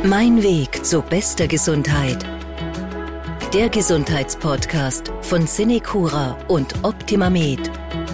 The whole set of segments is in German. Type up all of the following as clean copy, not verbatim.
Mein Weg zu bester Gesundheit. Der Gesundheitspodcast von Cinecura und OptimaMed.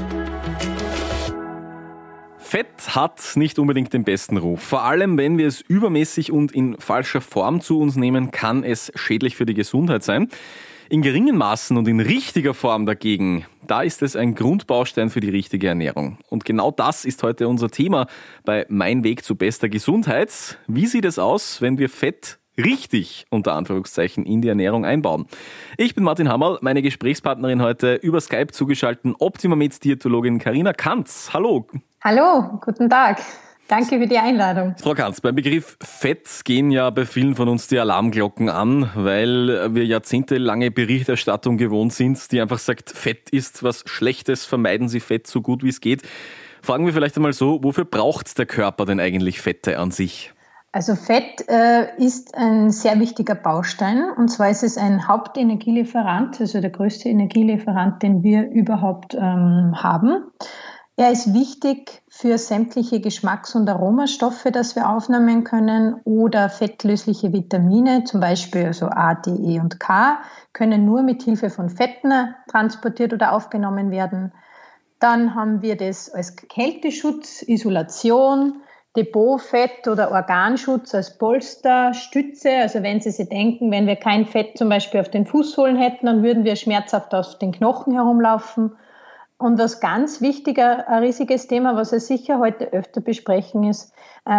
Fett hat nicht unbedingt den besten Ruf. Vor allem, wenn wir es übermäßig und in falscher Form zu uns nehmen, kann es schädlich für die Gesundheit sein. In geringen Maßen und in richtiger Form dagegen, da ist es ein Grundbaustein für die richtige Ernährung. Und genau das ist heute unser Thema bei Mein Weg zu bester Gesundheit. Wie sieht es aus, wenn wir Fett richtig, unter Anführungszeichen, in die Ernährung einbauen? Ich bin Martin Hammerl, meine Gesprächspartnerin heute über Skype zugeschaltet, OptimaMed-Diätologin Carina Kantz. Hallo. Hallo, guten Tag. Danke für die Einladung. Frau Kantz, beim Begriff Fett gehen ja bei vielen von uns die Alarmglocken an, weil wir jahrzehntelange Berichterstattung gewohnt sind, die einfach sagt, Fett ist was Schlechtes, vermeiden Sie Fett so gut wie es geht. Fragen wir vielleicht einmal so, wofür braucht der Körper denn eigentlich Fette an sich? Also Fett ist ein sehr wichtiger Baustein, und zwar ist es ein Hauptenergielieferant, also der größte Energielieferant, den wir überhaupt haben. Er ist wichtig für sämtliche Geschmacks- und Aromastoffe, das wir aufnehmen können, oder fettlösliche Vitamine, zum Beispiel also A, D, E und K, können nur mit Hilfe von Fetten transportiert oder aufgenommen werden. Dann haben wir das als Kälteschutz, Isolation, Depotfett oder Organschutz als Polster, Stütze. Also wenn Sie sich denken, wenn wir kein Fett zum Beispiel auf den Fußsohlen hätten, dann würden wir schmerzhaft auf den Knochen herumlaufen. Und was ganz wichtiger, ein riesiges Thema, was wir sicher heute öfter besprechen, ist,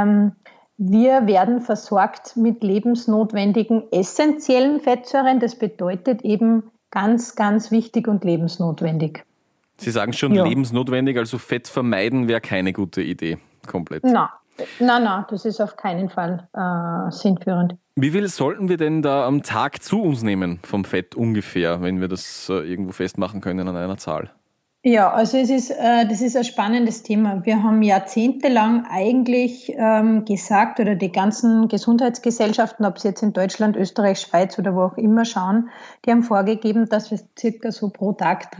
wir werden versorgt mit lebensnotwendigen, essentiellen Fettsäuren. Das bedeutet eben ganz, ganz wichtig und lebensnotwendig. Sie sagen schon lebensnotwendig, also Fett vermeiden wäre keine gute Idee, komplett. Nein, das ist auf keinen Fall sinnführend. Wie viel sollten wir denn da am Tag zu uns nehmen vom Fett ungefähr, wenn wir das irgendwo festmachen können an einer Zahl? Ja, also das ist ein spannendes Thema. Wir haben jahrzehntelang eigentlich gesagt, oder die ganzen Gesundheitsgesellschaften, ob sie jetzt in Deutschland, Österreich, Schweiz oder wo auch immer schauen, die haben vorgegeben, dass wir circa so pro Tag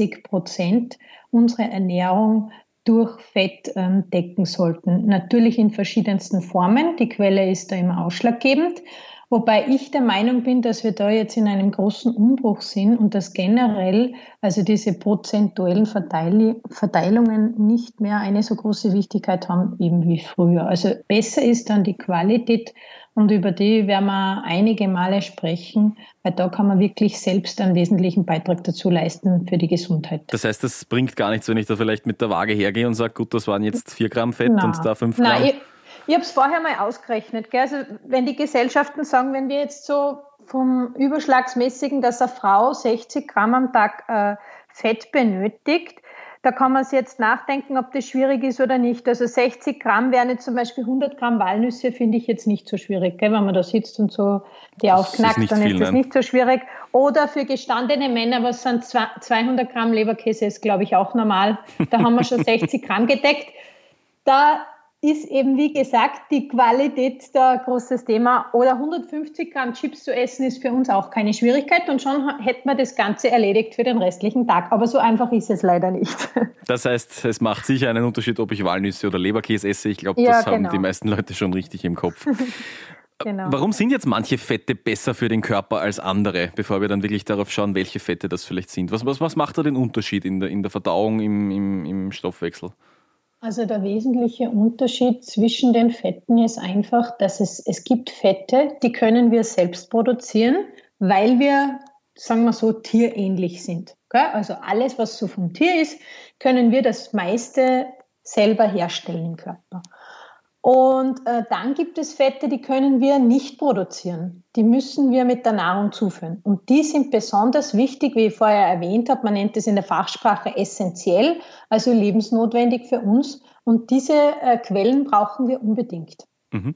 30% unserer Ernährung durch Fett decken sollten. Natürlich in verschiedensten Formen. Die Quelle ist da immer ausschlaggebend. Wobei ich der Meinung bin, dass wir da jetzt in einem großen Umbruch sind und dass generell also diese prozentuellen Verteilungen nicht mehr eine so große Wichtigkeit haben eben wie früher. Also besser ist dann die Qualität, und über die werden wir einige Male sprechen, weil da kann man wirklich selbst einen wesentlichen Beitrag dazu leisten für die Gesundheit. Das heißt, es bringt gar nichts, wenn ich da vielleicht mit der Waage hergehe und sage, gut, das waren jetzt 4 Gramm Fett und da 5 Gramm. Ich habe es vorher mal ausgerechnet. Gell? Also wenn die Gesellschaften sagen, wenn wir jetzt so vom Überschlagsmäßigen, dass eine Frau 60 Gramm am Tag Fett benötigt, da kann man sich jetzt nachdenken, ob das schwierig ist oder nicht. Also 60 Gramm wären jetzt zum Beispiel 100 Gramm Walnüsse, finde ich jetzt nicht so schwierig. Gell? Wenn man da sitzt und so die aufknackt, dann ist das nicht so schwierig. Oder für gestandene Männer, was sind 200 Gramm Leberkäse, ist glaube ich auch normal. Da haben wir schon 60 Gramm gedeckt. Da ist eben, wie gesagt, die Qualität da ein großes Thema. Oder 150 Gramm Chips zu essen ist für uns auch keine Schwierigkeit, und schon hätten wir das Ganze erledigt für den restlichen Tag. Aber so einfach ist es leider nicht. Das heißt, es macht sicher einen Unterschied, ob ich Walnüsse oder Leberkäse esse. Ich glaube, das haben die meisten Leute schon richtig im Kopf. Genau. Warum sind jetzt manche Fette besser für den Körper als andere, bevor wir dann wirklich darauf schauen, welche Fette das vielleicht sind? Was macht da den Unterschied in der Verdauung, im Stoffwechsel? Also der wesentliche Unterschied zwischen den Fetten ist einfach, dass es gibt Fette, die können wir selbst produzieren, weil wir, sagen wir so, tierähnlich sind. Okay? Also alles, was so vom Tier ist, können wir das meiste selber herstellen im Körper. Und dann gibt es Fette, die können wir nicht produzieren. Die müssen wir mit der Nahrung zuführen. Und die sind besonders wichtig, wie ich vorher erwähnt habe. Man nennt es in der Fachsprache essentiell, also lebensnotwendig für uns. Und diese Quellen brauchen wir unbedingt. Mhm.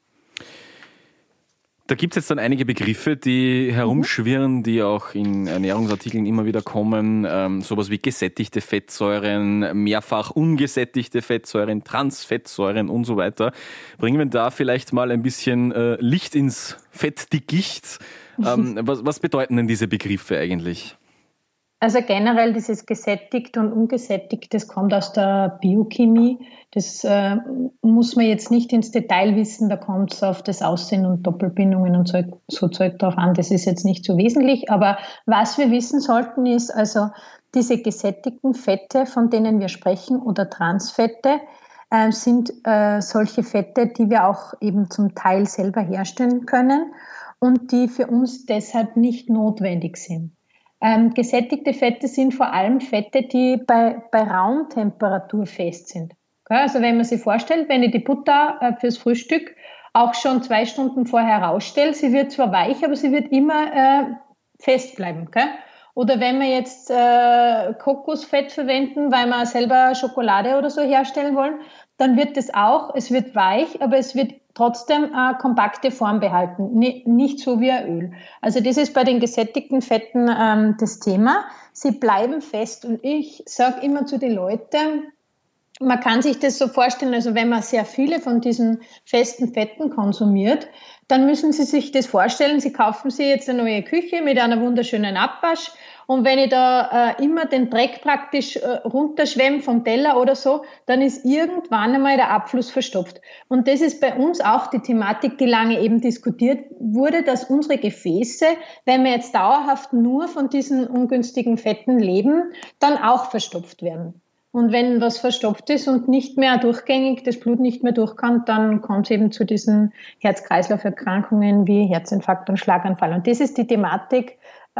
Da gibt es jetzt dann einige Begriffe, die herumschwirren, die auch in Ernährungsartikeln immer wieder kommen. Sowas wie gesättigte Fettsäuren, mehrfach ungesättigte Fettsäuren, Transfettsäuren und so weiter. Bringen wir da vielleicht mal ein bisschen Licht ins Fettdickicht. Was bedeuten denn diese Begriffe eigentlich? Also generell dieses gesättigt und ungesättigt, das kommt aus der Biochemie. Das muss man jetzt nicht ins Detail wissen, da kommt es auf das Aussehen und Doppelbindungen und so Zeug drauf an. Das ist jetzt nicht so wesentlich, aber was wir wissen sollten ist, also diese gesättigten Fette, von denen wir sprechen, oder Transfette, sind solche Fette, die wir auch eben zum Teil selber herstellen können und die für uns deshalb nicht notwendig sind. Gesättigte Fette sind vor allem Fette, die bei Raumtemperatur fest sind. Also wenn man sich vorstellt, wenn ich die Butter fürs Frühstück auch schon 2 Stunden vorher rausstelle, sie wird zwar weich, aber sie wird immer fest bleiben. Oder wenn wir jetzt Kokosfett verwenden, weil wir selber Schokolade oder so herstellen wollen, dann wird es wird weich, aber es wird trotzdem kompakte Form behalten, nicht so wie ein Öl. Also das ist bei den gesättigten Fetten das Thema. Sie bleiben fest und ich sage immer zu den Leuten, man kann sich das so vorstellen, also wenn man sehr viele von diesen festen Fetten konsumiert, dann müssen Sie sich das vorstellen, Sie kaufen sich jetzt eine neue Küche mit einer wunderschönen Abwasch und wenn ich da immer den Dreck praktisch runterschwemme vom Teller oder so, dann ist irgendwann einmal der Abfluss verstopft. Und das ist bei uns auch die Thematik, die lange eben diskutiert wurde, dass unsere Gefäße, wenn wir jetzt dauerhaft nur von diesen ungünstigen Fetten leben, dann auch verstopft werden. Und wenn was verstopft ist und nicht mehr durchgängig, das Blut nicht mehr durch kann, dann kommt es eben zu diesen Herz-Kreislauf-Erkrankungen wie Herzinfarkt und Schlaganfall. Und das ist die Thematik,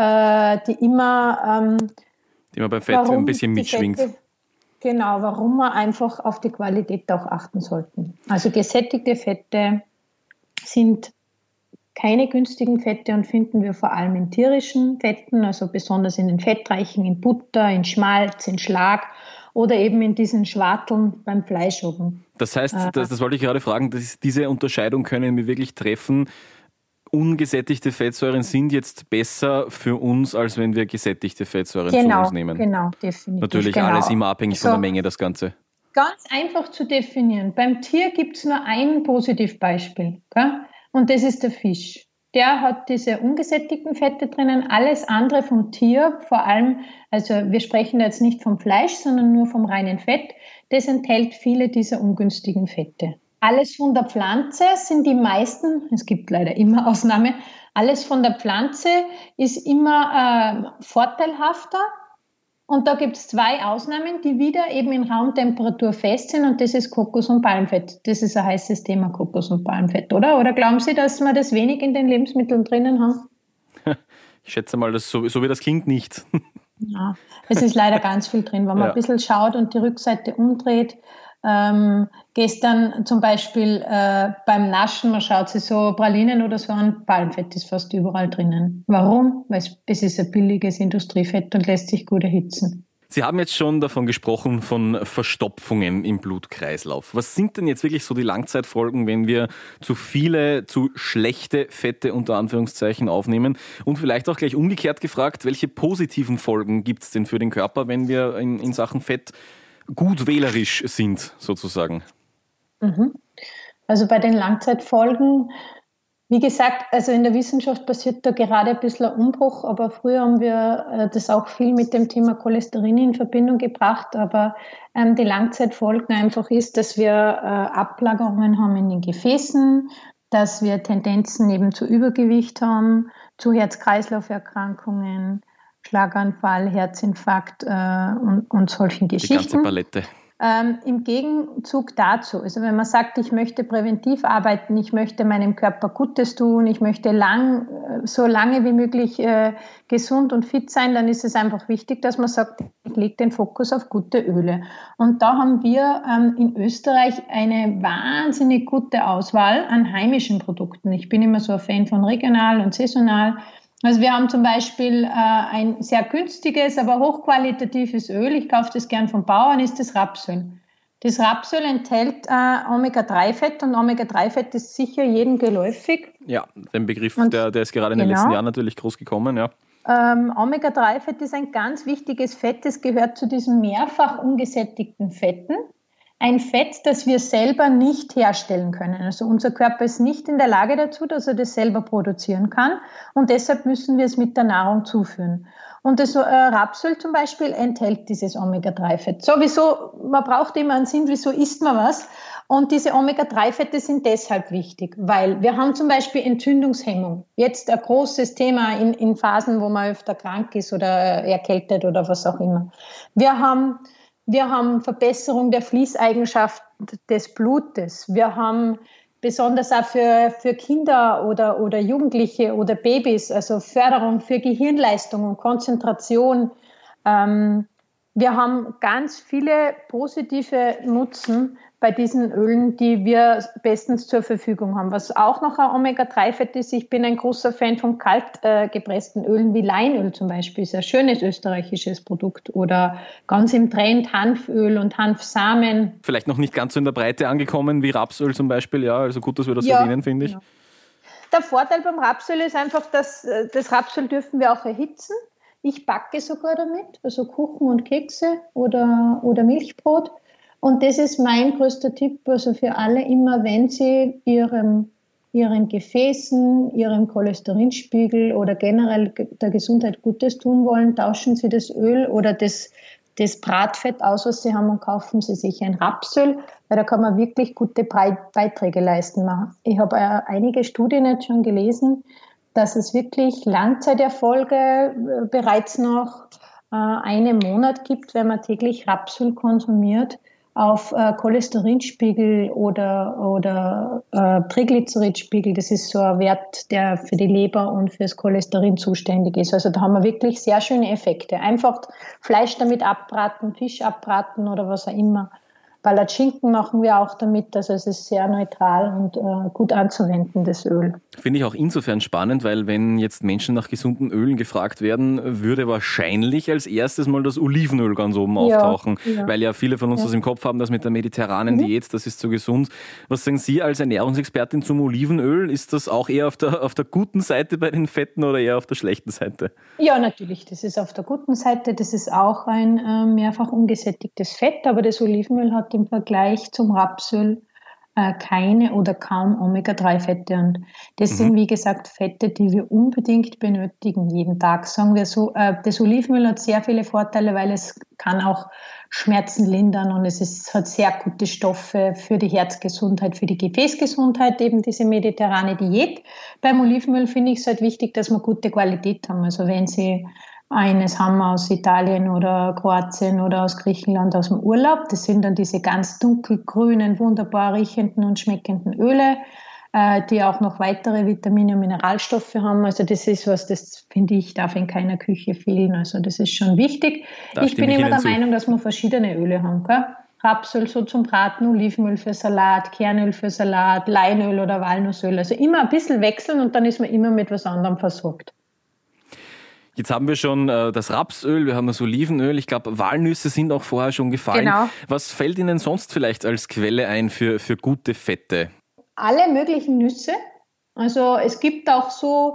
die immer beim Fett ein bisschen mitschwingt. Fette, genau, warum wir einfach auf die Qualität auch achten sollten. Also gesättigte Fette sind keine günstigen Fette und finden wir vor allem in tierischen Fetten, also besonders in den Fettreichen, in Butter, in Schmalz, in Schlag oder eben in diesen Schwarteln beim Fleisch oben. Das heißt, das wollte ich gerade fragen, diese Unterscheidung können wir wirklich treffen. Ungesättigte Fettsäuren sind jetzt besser für uns, als wenn wir gesättigte Fettsäuren zu uns nehmen. Genau, definitiv. Natürlich alles immer abhängig von der Menge, das Ganze. Ganz einfach zu definieren. Beim Tier gibt es nur ein Positivbeispiel, gell? Und das ist der Fisch. Der hat diese ungesättigten Fette drinnen, alles andere vom Tier, vor allem, also wir sprechen jetzt nicht vom Fleisch, sondern nur vom reinen Fett, das enthält viele dieser ungünstigen Fette. Alles von der Pflanze sind die meisten, es gibt leider immer Ausnahme, alles von der Pflanze ist immer vorteilhafter. Und da gibt es 2 Ausnahmen, die wieder eben in Raumtemperatur fest sind und das ist Kokos- und Palmfett. Das ist ein heißes Thema, Kokos- und Palmfett, oder? Oder glauben Sie, dass wir das wenig in den Lebensmitteln drinnen haben? Ich schätze mal, dass so wie das klingt, nicht. Ja, es ist leider ganz viel drin. Wenn man ein bisschen schaut und die Rückseite umdreht, gestern zum Beispiel beim Naschen, man schaut sich so Pralinen oder so an, Palmfett ist fast überall drinnen. Warum? Weil es ist ein billiges Industriefett und lässt sich gut erhitzen. Sie haben jetzt schon davon gesprochen, von Verstopfungen im Blutkreislauf. Was sind denn jetzt wirklich so die Langzeitfolgen, wenn wir zu viele, zu schlechte Fette unter Anführungszeichen aufnehmen? Und vielleicht auch gleich umgekehrt gefragt, welche positiven Folgen gibt es denn für den Körper, wenn wir in Sachen Fett gut wählerisch sind, sozusagen? Also bei den Langzeitfolgen, wie gesagt, also in der Wissenschaft passiert da gerade ein bisschen ein Umbruch, aber früher haben wir das auch viel mit dem Thema Cholesterin in Verbindung gebracht, aber die Langzeitfolgen einfach ist, dass wir Ablagerungen haben in den Gefäßen, dass wir Tendenzen eben zu Übergewicht haben, zu Herz-Kreislauf-Erkrankungen, Schlaganfall, Herzinfarkt und solchen Geschichten. Die ganze Palette. Im Gegenzug dazu, also wenn man sagt, ich möchte präventiv arbeiten, ich möchte meinem Körper Gutes tun, ich möchte so lange wie möglich gesund und fit sein, dann ist es einfach wichtig, dass man sagt, ich lege den Fokus auf gute Öle. Und da haben wir in Österreich eine wahnsinnig gute Auswahl an heimischen Produkten. Ich bin immer so ein Fan von regional und saisonal. Also wir haben zum Beispiel ein sehr günstiges, aber hochqualitatives Öl. Ich kaufe das gern vom Bauern, ist das Rapsöl. Das Rapsöl enthält Omega-3-Fett und Omega-3-Fett ist sicher jedem geläufig. Ja, den Begriff, der ist gerade in den letzten Jahren natürlich groß gekommen, ja. Omega-3-Fett ist ein ganz wichtiges Fett, das gehört zu diesen mehrfach ungesättigten Fetten. Ein Fett, das wir selber nicht herstellen können. Also unser Körper ist nicht in der Lage dazu, dass er das selber produzieren kann und deshalb müssen wir es mit der Nahrung zuführen. Und das Rapsöl zum Beispiel enthält dieses Omega-3-Fett. Sowieso, man braucht immer einen Sinn, wieso isst man was. Und diese Omega-3-Fette sind deshalb wichtig, weil wir haben zum Beispiel Entzündungshemmung. Jetzt ein großes Thema in Phasen, wo man öfter krank ist oder erkältet oder was auch immer. Wir haben Verbesserung der Fließeigenschaft des Blutes. Wir haben besonders auch für Kinder oder Jugendliche oder Babys, also Förderung für Gehirnleistung und Konzentration. Wir haben ganz viele positive Nutzen bei diesen Ölen, die wir bestens zur Verfügung haben. Was auch noch ein Omega-3-Fett ist, ich bin ein großer Fan von kalt gepressten Ölen wie Leinöl zum Beispiel, ist ein schönes österreichisches Produkt, oder ganz im Trend Hanföl und Hanfsamen. Vielleicht noch nicht ganz so in der Breite angekommen wie Rapsöl zum Beispiel, ja, also gut, dass wir das erwähnen, finde ich. Genau. Der Vorteil beim Rapsöl ist einfach, dass das Rapsöl dürfen wir auch erhitzen. Ich backe sogar damit, also Kuchen und Kekse oder Milchbrot. Und das ist mein größter Tipp, also für alle immer, wenn sie ihren Gefäßen, ihrem Cholesterinspiegel oder generell der Gesundheit Gutes tun wollen, tauschen sie das Öl oder das Bratfett aus, was sie haben, und kaufen sie sich ein Rapsöl, weil da kann man wirklich gute Beiträge leisten. Ich habe einige Studien jetzt schon gelesen, dass es wirklich Langzeiterfolge bereits nach einem Monat gibt, wenn man täglich Rapsöl konsumiert, auf Cholesterinspiegel oder Triglyceridspiegel. Das ist so ein Wert, der für die Leber und fürs Cholesterin zuständig ist. Also da haben wir wirklich sehr schöne Effekte. Einfach Fleisch damit abbraten, Fisch abbraten oder was auch immer. Palatschinken machen wir auch damit, also es ist sehr neutral und gut anzuwenden, das Öl. Finde ich auch insofern spannend, weil wenn jetzt Menschen nach gesunden Ölen gefragt werden, würde wahrscheinlich als erstes mal das Olivenöl ganz oben auftauchen, weil ja viele von uns das im Kopf haben, das mit der mediterranen Diät, das ist so gesund. Was sagen Sie als Ernährungsexpertin zum Olivenöl? Ist das auch eher auf der guten Seite bei den Fetten oder eher auf der schlechten Seite? Ja, natürlich, das ist auf der guten Seite, das ist auch ein mehrfach ungesättigtes Fett, aber das Olivenöl hat im Vergleich zum Rapsöl keine oder kaum Omega-3-Fette. Und das sind, wie gesagt, Fette, die wir unbedingt benötigen jeden Tag. Sagen wir so, das Olivenöl hat sehr viele Vorteile, weil es kann auch Schmerzen lindern und hat sehr gute Stoffe für die Herzgesundheit, für die Gefäßgesundheit, eben diese mediterrane Diät. Beim Olivenöl finde ich es halt wichtig, dass wir gute Qualität haben. Also wenn Sie eines haben wir aus Italien oder Kroatien oder aus Griechenland aus dem Urlaub. Das sind dann diese ganz dunkelgrünen, wunderbar riechenden und schmeckenden Öle, die auch noch weitere Vitamine und Mineralstoffe haben. Also das ist was, das finde ich, darf in keiner Küche fehlen. Also das ist schon wichtig. Ich bin immer der Meinung, dass wir verschiedene Öle haben. Gell? Rapsöl so zum Braten, Olivenöl für Salat, Kernöl für Salat, Leinöl oder Walnussöl. Also immer ein bisschen wechseln und dann ist man immer mit was anderem versorgt. Jetzt haben wir schon das Rapsöl, wir haben das Olivenöl. Ich glaube, Walnüsse sind auch vorher schon gefallen. Genau. Was fällt Ihnen sonst vielleicht als Quelle ein für gute Fette? Alle möglichen Nüsse. Also es gibt auch so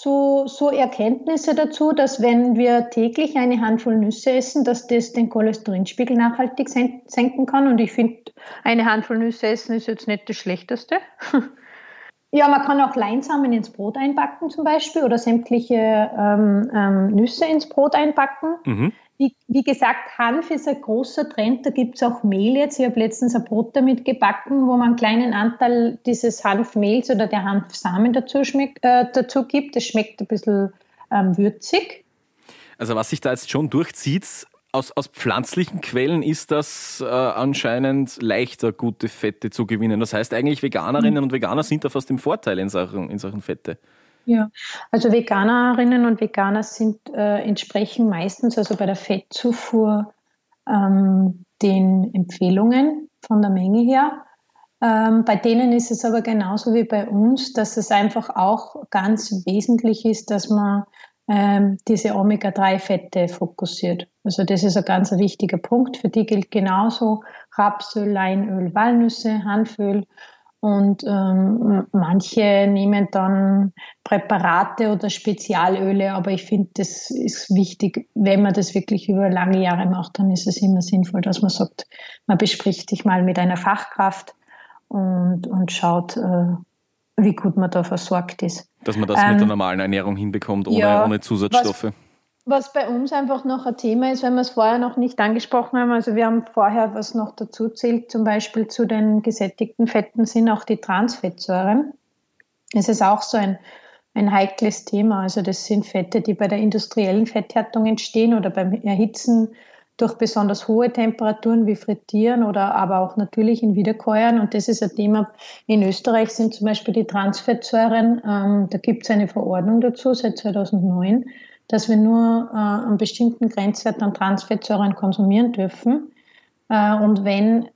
Erkenntnisse dazu, dass wenn wir täglich eine Handvoll Nüsse essen, dass das den Cholesterinspiegel nachhaltig senken kann. Und ich finde, eine Handvoll Nüsse essen ist jetzt nicht das Schlechteste. Ja, man kann auch Leinsamen ins Brot einbacken zum Beispiel oder sämtliche Nüsse ins Brot einbacken. Mhm. Wie gesagt, Hanf ist ein großer Trend, da gibt es auch Mehl jetzt. Ich habe letztens ein Brot damit gebacken, wo man einen kleinen Anteil dieses Hanfmehls oder der Hanfsamen dazu gibt. Das schmeckt ein bisschen würzig. Also was sich da jetzt schon durchzieht, aus pflanzlichen Quellen ist das anscheinend leichter, gute Fette zu gewinnen. Das heißt eigentlich, Veganerinnen und Veganer sind da fast im Vorteil in Sachen Fette. Ja, also Veganerinnen und Veganer entsprechen meistens, also bei der Fettzufuhr, den Empfehlungen von der Menge her. Bei denen ist es aber genauso wie bei uns, dass es einfach auch ganz wesentlich ist, dass man diese Omega-3-Fette fokussiert. Also das ist ein ganz wichtiger Punkt. Für die gilt genauso Rapsöl, Leinöl, Walnüsse, Hanföl. Und manche nehmen dann Präparate oder Spezialöle, aber ich finde, das ist wichtig, wenn man das wirklich über lange Jahre macht, dann ist es immer sinnvoll, dass man sagt, man bespricht sich mal mit einer Fachkraft und schaut, wie gut man da versorgt ist. Dass man das mit der normalen Ernährung hinbekommt, ohne Zusatzstoffe. Was bei uns einfach noch ein Thema ist, wenn wir es vorher noch nicht angesprochen haben, also wir haben vorher was noch dazu zählt, zum Beispiel zu den gesättigten Fetten sind auch die Transfettsäuren. Es ist auch so ein heikles Thema. Also das sind Fette, die bei der industriellen Fetthärtung entstehen oder beim Erhitzen durch besonders hohe Temperaturen wie Frittieren oder aber auch natürlich in Wiederkäuern. Und das ist ein Thema. In Österreich sind zum Beispiel die Transfettsäuren, da gibt es eine Verordnung dazu seit 2009, dass wir nur einen bestimmten Grenzwert an Transfettsäuren konsumieren dürfen. Und wenn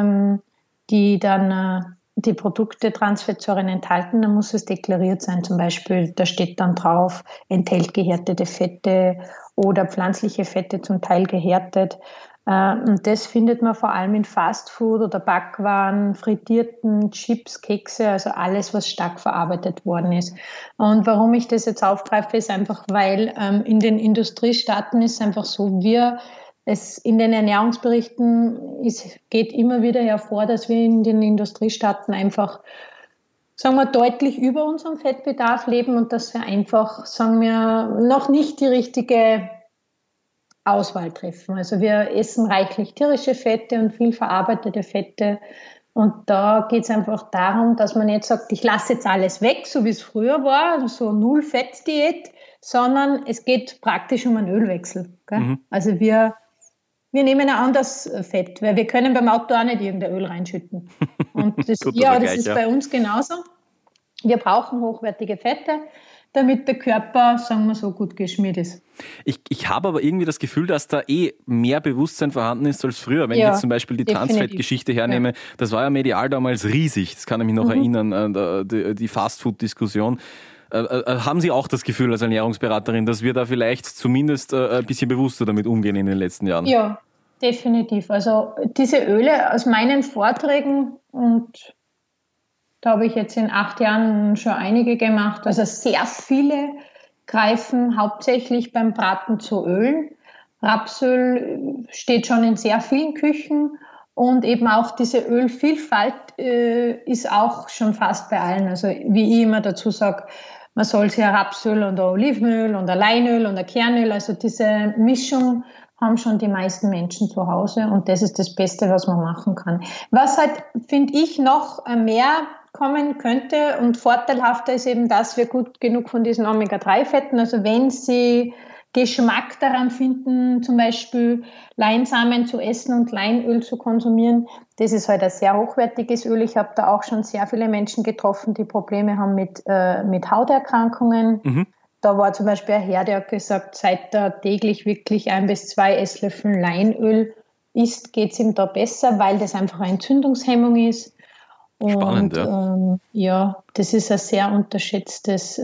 die dann die Produkte Transfettsäuren enthalten, dann muss es deklariert sein. Zum Beispiel, da steht dann drauf, enthält gehärtete Fette oder pflanzliche Fette, zum Teil gehärtet. Und das findet man vor allem in Fastfood oder Backwaren, frittierten Chips, Kekse, also alles, was stark verarbeitet worden ist. Und warum ich das jetzt aufgreife, ist einfach, weil in den Industriestaaten ist es einfach so, es in den Ernährungsberichten geht immer wieder hervor, dass wir in den Industriestaaten einfach, sagen wir, deutlich über unserem Fettbedarf leben und dass wir einfach, sagen wir, noch nicht die richtige Auswahl treffen. Also wir essen reichlich tierische Fette und viel verarbeitete Fette. Und da geht es einfach darum, dass man nicht sagt, ich lasse jetzt alles weg, so wie es früher war, so Null-Fett-Diät, sondern es geht praktisch um einen Ölwechsel. Gell? Also wir nehmen ein anderes Fett, weil wir können beim Auto auch nicht irgendein Öl reinschütten. Und das, das ist bei uns genauso. Wir brauchen hochwertige Fette, damit der Körper, sagen wir so, gut geschmiert ist. Ich habe aber irgendwie das Gefühl, dass da mehr Bewusstsein vorhanden ist als früher. Wenn ich jetzt zum Beispiel die Transfettgeschichte hernehme, das war ja medial damals riesig. Das kann ich mich noch erinnern, an die Fastfood-Diskussion. Haben Sie auch das Gefühl als Ernährungsberaterin, dass wir da vielleicht zumindest ein bisschen bewusster damit umgehen in den letzten Jahren? Ja, definitiv. Also diese Öle aus meinen Vorträgen, und da habe ich jetzt in 8 Jahren schon einige gemacht, also sehr viele greifen hauptsächlich beim Braten zu Ölen. Rapsöl steht schon in sehr vielen Küchen und eben auch diese Ölvielfalt ist auch schon fast bei allen. Also wie ich immer dazu sage, man soll sich ein Rapsöl und ein Olivenöl und ein Leinöl und ein Kernöl, also diese Mischung haben schon die meisten Menschen zu Hause und das ist das Beste, was man machen kann. Was halt, finde ich, noch mehr kommen könnte und vorteilhafter ist eben, dass wir gut genug von diesen Omega-3-Fetten, also wenn Sie Geschmack daran finden, zum Beispiel Leinsamen zu essen und Leinöl zu konsumieren, das ist halt ein sehr hochwertiges Öl. Ich habe da auch schon sehr viele Menschen getroffen, die Probleme haben mit Hauterkrankungen. Da war zum Beispiel ein Herr, der hat gesagt, seit er täglich wirklich 1 bis 2 Esslöffel Leinöl isst, geht es ihm da besser, weil das einfach eine Entzündungshemmung ist. Spannend, und, das ist ein sehr unterschätztes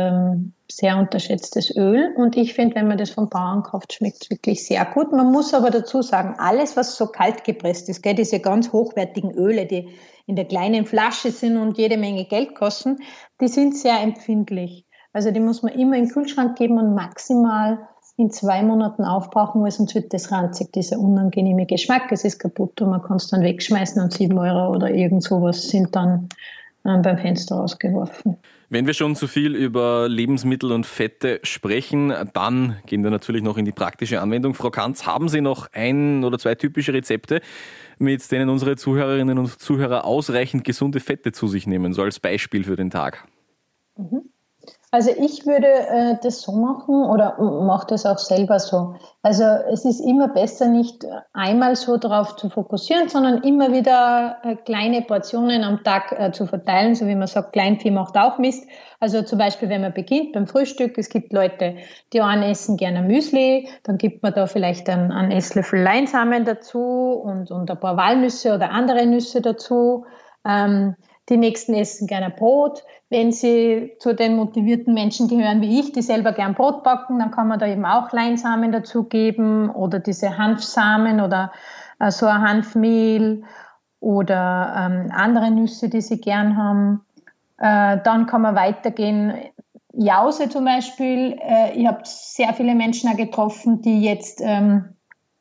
Öl. Und ich finde, wenn man das vom Bauern kauft, schmeckt es wirklich sehr gut. Man muss aber dazu sagen, alles, was so kalt gepresst ist, gell, diese ganz hochwertigen Öle, die in der kleinen Flasche sind und jede Menge Geld kosten, die sind sehr empfindlich. Also die muss man immer in den Kühlschrank geben und maximal in 2 Monaten aufbrauchen, weil sonst wird das ranzig, dieser unangenehme Geschmack. Es ist kaputt und man kann es dann wegschmeißen und 7 € oder irgend sowas sind dann beim Fenster rausgeworfen. Wenn wir schon so viel über Lebensmittel und Fette sprechen, dann gehen wir natürlich noch in die praktische Anwendung. Frau Kantz, haben Sie noch 1 oder 2 typische Rezepte, mit denen unsere Zuhörerinnen und Zuhörer ausreichend gesunde Fette zu sich nehmen, so als Beispiel für den Tag? Also ich würde das so machen oder mache das auch selber so. Also es ist immer besser, nicht einmal so darauf zu fokussieren, sondern immer wieder kleine Portionen am Tag zu verteilen. So wie man sagt, Kleinvieh macht auch Mist. Also zum Beispiel, wenn man beginnt beim Frühstück, es gibt Leute, die einen essen gerne Müsli, dann gibt man da vielleicht einen Esslöffel Leinsamen dazu und ein paar Walnüsse oder andere Nüsse dazu. Die nächsten essen gerne Brot. Wenn Sie zu den motivierten Menschen gehören wie ich, die selber gern Brot backen, dann kann man da eben auch Leinsamen dazugeben oder diese Hanfsamen oder so ein Hanfmehl oder andere Nüsse, die Sie gern haben. Dann kann man weitergehen. Jause zum Beispiel. Ich habe sehr viele Menschen auch getroffen, die jetzt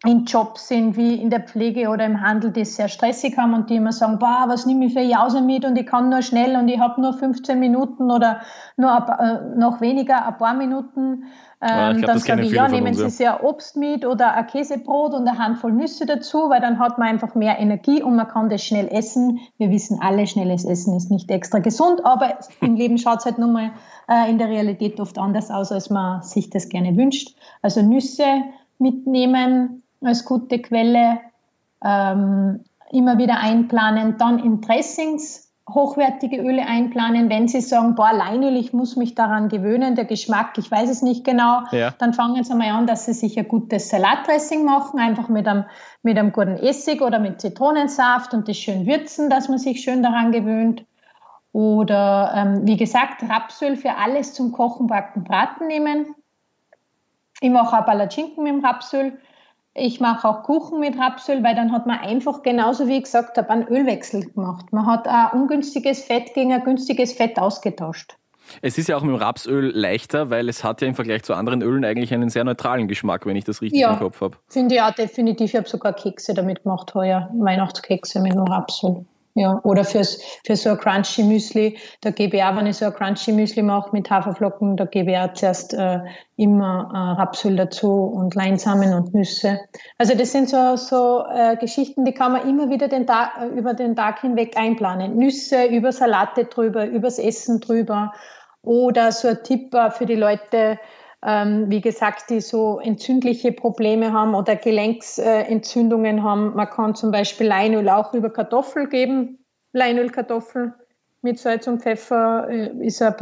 in Jobs sind, wie in der Pflege oder im Handel, die es sehr stressig haben und die immer sagen, boah, was nehme ich für Jause mit und ich kann nur schnell und ich habe nur 15 Minuten oder nur noch weniger, ein paar Minuten. Dann sage ich, ja, nehmen Sie sehr Obst mit oder ein Käsebrot und eine Handvoll Nüsse dazu, weil dann hat man einfach mehr Energie und man kann das schnell essen. Wir wissen alle, schnelles Essen ist nicht extra gesund, aber im Leben schaut es halt nun mal in der Realität oft anders aus, als man sich das gerne wünscht. Also Nüsse mitnehmen als gute Quelle, immer wieder einplanen, dann in Dressings hochwertige Öle einplanen. Wenn Sie sagen, boah, Leinöl, ich muss mich daran gewöhnen, der Geschmack, ich weiß es nicht genau, dann fangen Sie mal an, dass Sie sich ein gutes Salatdressing machen, einfach mit einem guten Essig oder mit Zitronensaft und das schön würzen, dass man sich schön daran gewöhnt. Oder, wie gesagt, Rapsöl für alles zum Kochen, Backen, Braten nehmen. Ich mache auch Palatschinken mit dem Rapsöl. Ich mache auch Kuchen mit Rapsöl, weil dann hat man einfach, genauso wie ich gesagt habe, einen Ölwechsel gemacht. Man hat ein ungünstiges Fett gegen ein günstiges Fett ausgetauscht. Es ist ja auch mit dem Rapsöl leichter, weil es hat ja im Vergleich zu anderen Ölen eigentlich einen sehr neutralen Geschmack, wenn ich das richtig im Kopf habe. Finde ich auch definitiv. Ich habe sogar Kekse damit gemacht heuer, Weihnachtskekse mit dem Rapsöl. Ja, oder für so ein Crunchy Müsli, da gebe ich auch, wenn ich so ein Crunchy Müsli mache mit Haferflocken, da gebe ich auch zuerst immer Rapsöl dazu und Leinsamen und Nüsse. Also das sind so Geschichten, die kann man immer wieder über den Tag hinweg einplanen. Nüsse über Salate drüber, übers Essen drüber oder so ein Tipp für die Leute, wie gesagt, die so entzündliche Probleme haben oder Gelenksentzündungen haben. Man kann zum Beispiel Leinöl auch über Kartoffel geben. Leinölkartoffel mit Salz und Pfeffer ist ein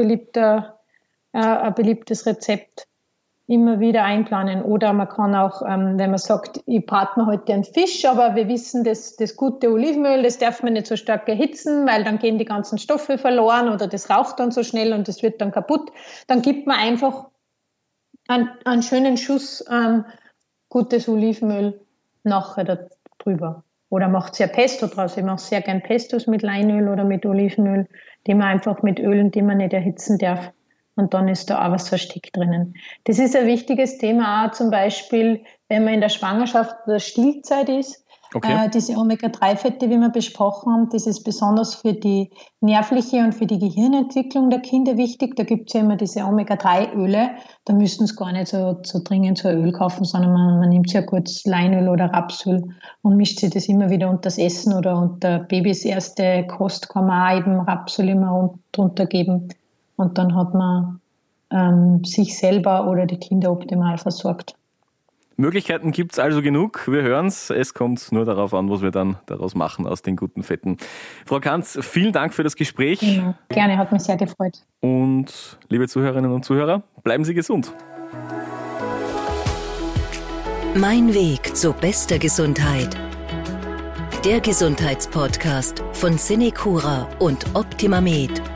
beliebtes Rezept. Immer wieder einplanen. Oder man kann auch, wenn man sagt, ich brate mir heute einen Fisch, aber wir wissen, das gute Olivenöl, das darf man nicht so stark erhitzen, weil dann gehen die ganzen Stoffe verloren oder das raucht dann so schnell und das wird dann kaputt. Dann gibt man einfach einen schönen Schuss gutes Olivenöl nachher da drüber. Oder macht sehr Pesto draus. Ich mache sehr gern Pestos mit Leinöl oder mit Olivenöl, die man einfach mit Ölen, die man nicht erhitzen darf. Und dann ist da auch was versteckt drinnen. Das ist ein wichtiges Thema auch zum Beispiel, wenn man in der Schwangerschaft oder Stillzeit ist. Okay. Diese Omega-3-Fette, wie wir besprochen haben, das ist besonders für die nervliche und für die Gehirnentwicklung der Kinder wichtig. Da gibt es ja immer diese Omega-3-Öle. Da müssten sie gar nicht so dringend so ein Öl kaufen, sondern man nimmt sich ja kurz Leinöl oder Rapsöl und mischt sich das immer wieder unter das Essen oder unter Babys erste Kost kann man auch eben Rapsöl immer drunter geben. Und dann hat man sich selber oder die Kinder optimal versorgt. Möglichkeiten gibt es also genug. Wir hören es kommt nur darauf an, was wir dann daraus machen aus den guten Fetten. Frau Kanz, vielen Dank für das Gespräch. Ja, gerne, hat mich sehr gefreut. Und liebe Zuhörerinnen und Zuhörer, bleiben Sie gesund. Mein Weg zu bester Gesundheit. Der Gesundheitspodcast von SeneCura und OptimaMed.